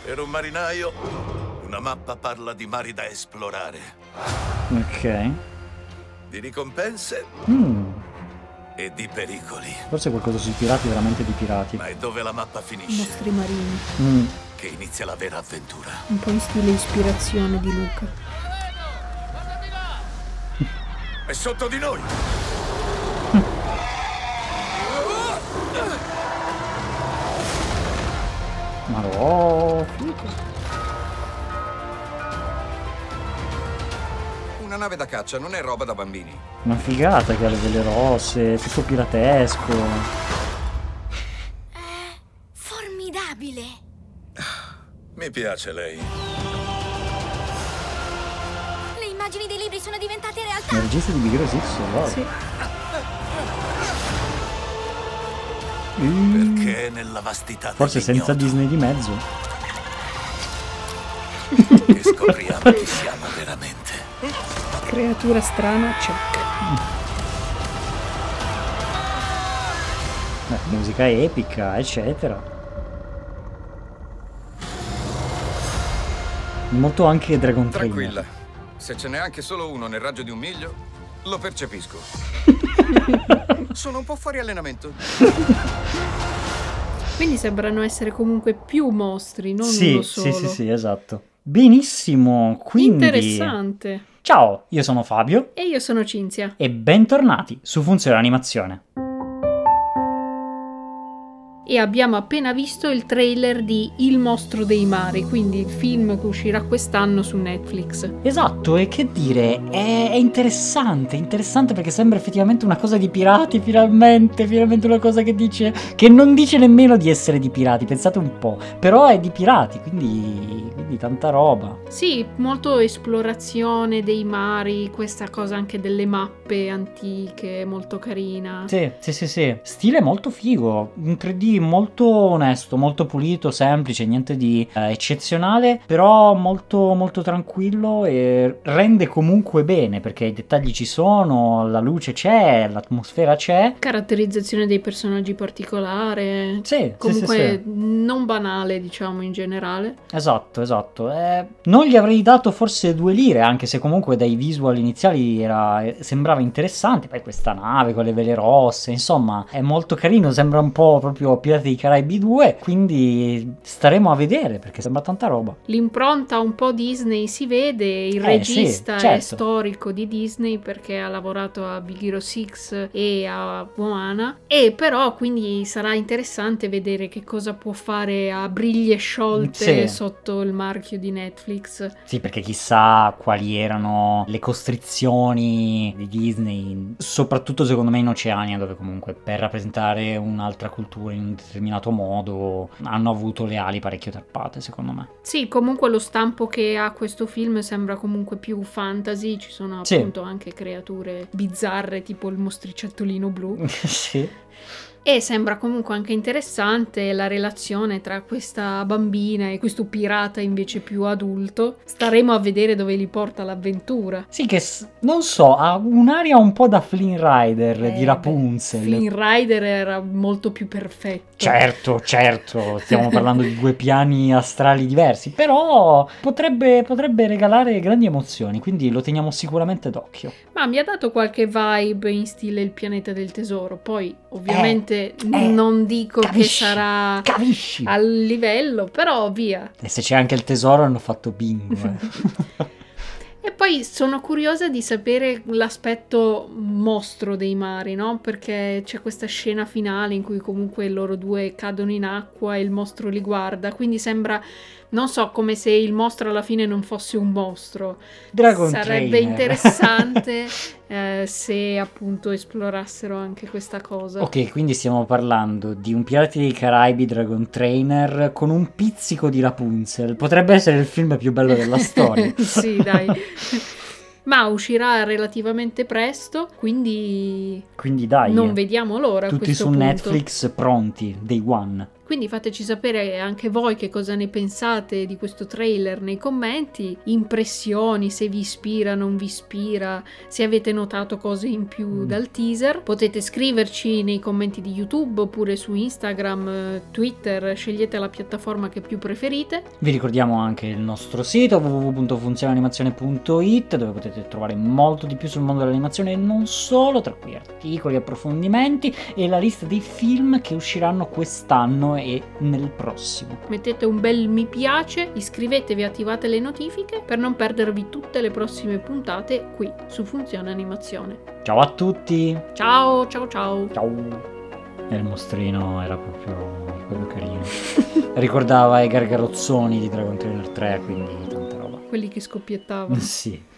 Per un marinaio, una mappa parla di mari da esplorare, Ok. di ricompense e di pericoli. Forse qualcosa sui pirati, veramente di pirati. Ma è dove la mappa finisce Mostri marini. che inizia la vera avventura. Un po' in stile ispirazione di Luca. È sotto di noi! Marò, figo. Una nave da caccia non è roba da bambini. Una figata che ha le vele rosse, tutto piratesco. Formidabile! Mi piace lei. Le immagini dei libri sono diventate realtà! Il regista di Big Hero 6, wow. Sì. Perché nella vastità Forse senza dell'ignoto Disney di mezzo. che scopriamo chi siamo veramente. Creatura strana, check. Musica epica, eccetera. Molto anche Dragon Trainer. Tranquilla. Se ce n'è anche solo uno nel raggio di un miglio, lo percepisco. Sono un po' fuori allenamento. Quindi sembrano essere comunque più mostri, non Sì, uno solo. sì, esatto. Benissimo, quindi... Interessante. Ciao, io sono Fabio E io sono Cinzia. e bentornati su Funzione Animazione. E abbiamo appena visto il trailer di Il mostro dei mari, quindi il film che uscirà quest'anno su Netflix. Esatto, e che dire, è interessante perché sembra effettivamente una cosa di pirati, finalmente una cosa che non dice nemmeno di essere di pirati, pensate un po', però è di pirati, quindi tanta roba. Sì, molto esplorazione dei mari, questa cosa anche delle mappe antiche, molto carina. Sì, stile molto figo, un 3D molto onesto, molto pulito, semplice, niente di eccezionale, però molto tranquillo e rende comunque bene perché i dettagli ci sono, la luce c'è, l'atmosfera c'è. Caratterizzazione dei personaggi particolare. Sì, Comunque sì. non banale, diciamo, in generale. Esatto. Non gli avrei dato forse 2 lire, anche se comunque dai visual iniziali sembrava interessante. Poi questa nave con le vele rosse, insomma, è molto carino, sembra un po' proprio Pirati dei Caraibi 2, quindi staremo a vedere perché sembra tanta roba. L'impronta un po' Disney si vede, il regista sì, certo. è storico di Disney perché ha lavorato a Big Hero 6 e a Moana, e però quindi sarà interessante vedere che cosa può fare a briglie sciolte sotto il marchio di Netflix. Sì, perché chissà quali erano le costrizioni di Disney, soprattutto secondo me in Oceania, dove comunque per rappresentare un'altra cultura in un determinato modo hanno avuto le ali parecchio tarpate, secondo me. Sì, comunque lo stampo che ha questo film sembra comunque più fantasy, ci sono appunto anche creature bizzarre tipo il mostriciattolino blu. Sì. E sembra comunque anche interessante la relazione tra questa bambina e questo pirata invece più adulto. Staremo a vedere dove li porta l'avventura. Sì, che non so, ha un'aria un po' da Flynn Rider di Rapunzel. Flynn Rider era molto più perfetto. Certo, stiamo parlando di 2 piani astrali diversi, però potrebbe regalare grandi emozioni, quindi lo teniamo sicuramente d'occhio. Ma mi ha dato qualche vibe in stile Il pianeta del tesoro, poi ovviamente non dico che sarà al livello, però via. E se c'è anche il tesoro hanno fatto bingo. E poi sono curiosa di sapere l'aspetto mostro dei mari, no? Perché c'è questa scena finale in cui comunque loro due cadono in acqua e il mostro li guarda, quindi sembra, non so, come se il mostro alla fine non fosse un mostro. Sarebbe interessante se appunto esplorassero anche questa cosa. Ok, quindi stiamo parlando di un Pirati dei Caraibi Dragon Trainer con un pizzico di Rapunzel. Potrebbe essere il film più bello della storia. Sì, dai. Ma uscirà relativamente presto, quindi dai, non vediamo l'ora. Tutti a questo su punto. Netflix pronti, day one. Quindi fateci sapere anche voi che cosa ne pensate di questo trailer nei commenti, impressioni, se vi ispira, non vi ispira, se avete notato cose in più dal teaser. Potete scriverci nei commenti di YouTube oppure su Instagram, Twitter, scegliete la piattaforma che più preferite. Vi ricordiamo anche il nostro sito www.funzionanimazione.it, dove potete trovare molto di più sul mondo dell'animazione e non solo, tra cui articoli, approfondimenti e la lista dei film che usciranno quest'anno e nel prossimo. Mettete un bel mi piace, iscrivetevi e attivate le notifiche per non perdervi tutte le prossime puntate qui su Funzione Animazione. Ciao a tutti! Ciao ciao ciao! Ciao! E il mostrino era proprio carino. Ricordava i gargarozzoni di Dragon Trainer 3, quindi tanta roba. Quelli che scoppiettavano. Sì.